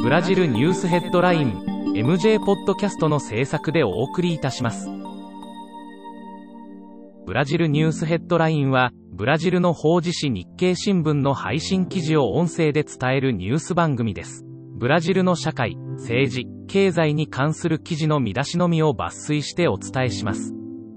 ブラジルニュースヘッドライン MJ ポッドキャストの制作でお送りいたします。ブラジルニュースヘッドラインはブラジルの法事紙日経新聞の配信記事を音声で伝えるニュース番組です。ブラジルの社会、政治、経済に関する記事の見出しのみを抜粋してお伝えします。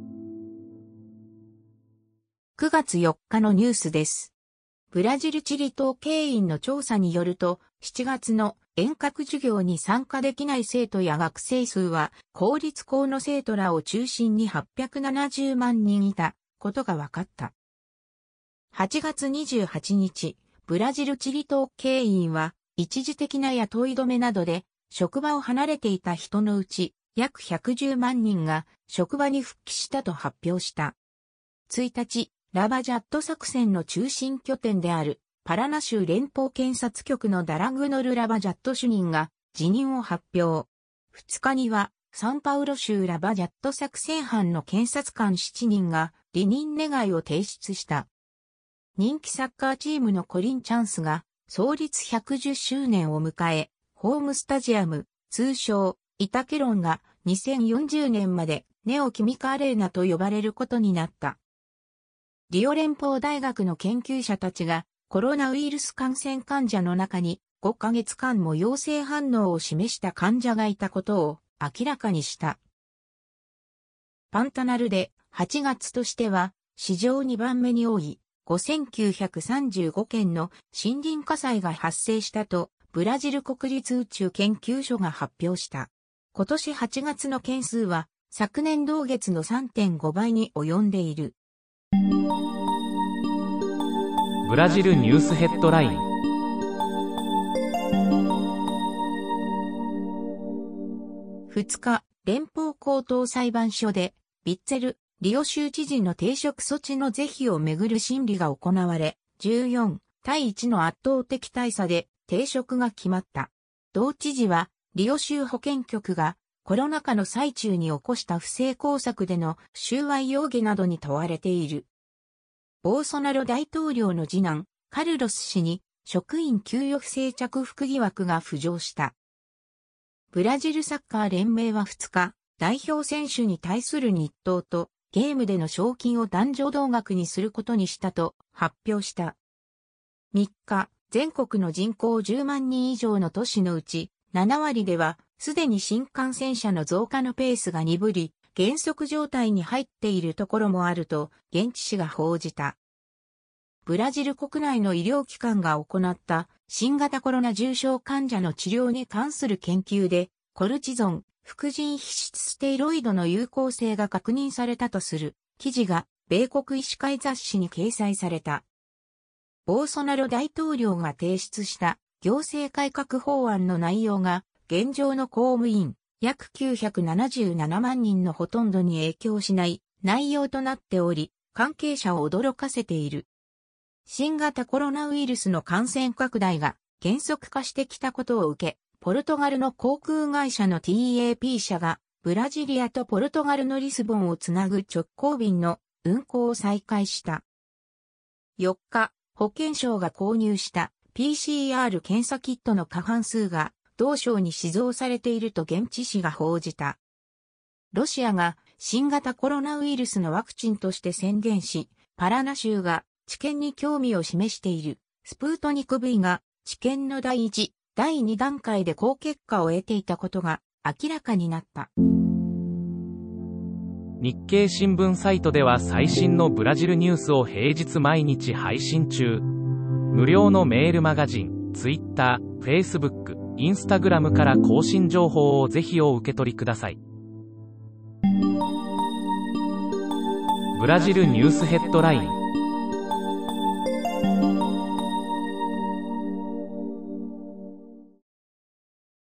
9月4日のニュースです。ブラジル地理統計院の調査によると、7月の遠隔授業に参加できない生徒や学生数は、公立校の生徒らを中心に870万人いたことが分かった。8月28日、ブラジル地理統計院は、一時的な雇い止めなどで、職場を離れていた人のうち、約110万人が職場に復帰したと発表した。1日、ラバジャット作戦の中心拠点であるパラナ州連邦検察局のダラグノル・ラバジャット主任が辞任を発表。2日にはサンパウロ州ラバジャット作戦班の検察官7人が離任願を提出した。人気サッカーチームのコリンチャンスが創立110周年を迎え、ホームスタジアム、通称イタケロンが2040年までネオキミカアレーナと呼ばれることになった。リオ連邦大学の研究者たちがコロナウイルス感染患者の中に5ヶ月間も陽性反応を示した患者がいたことを明らかにした。パンタナルで8月としては史上2番目に多い5935件の森林火災が発生したとブラジル国立宇宙研究所が発表した。今年8月の件数は昨年同月の 3.5 倍に及んでいる。 ブラジルニュースヘッドライン。 2日、連邦高等裁判所で、ビッツェル、リオ州知事の停職措置の是非をめぐる審理が行われ、14対1の圧倒的大差で停職が決まった。同知事は、リオ州保健局がコロナ禍の最中に起こした不正工作での収賄容疑などに問われている。ボーソナロ大統領の次男、カルロス氏に職員給与不正着服疑惑が浮上した。ブラジルサッカー連盟は2日、代表選手に対する日当とゲームでの賞金を男女同額にすることにしたと発表した。3日、全国の人口10万人以上の都市のうち7割ではすでに新感染者の増加のペースが鈍り、減速状態に入っているところもあると現地紙が報じた。ブラジル国内の医療機関が行った新型コロナ重症患者の治療に関する研究でコルチゾン、副腎皮質ステロイドの有効性が確認されたとする記事が米国医師会雑誌に掲載された。ボーソナロ大統領が提出した行政改革法案の内容が現状の公務員約977万人のほとんどに影響しない内容となっており、関係者を驚かせている。新型コロナウイルスの感染拡大が減速化してきたことを受け、ポルトガルの航空会社の TAP 社がブラジリアとポルトガルのリスボンをつなぐ直行便の運航を再開した。4日、保健省が購入した PCR 検査キットの過半数が同省に試造されていると現地紙が報じた。ロシアが新型コロナウイルスのワクチンとして宣言し、パラナ州が治験に興味を示しているスプートニク V が治験の第1、第2段階で好結果を得ていたことが明らかになった。 日経新聞サイトでは最新のブラジルニュースを平日毎日配信中。無料のメールマガジン、Twitter、Facebook、インスタグラムから更新情報をぜひお受け取りください。ブラジルニュースヘッドライン。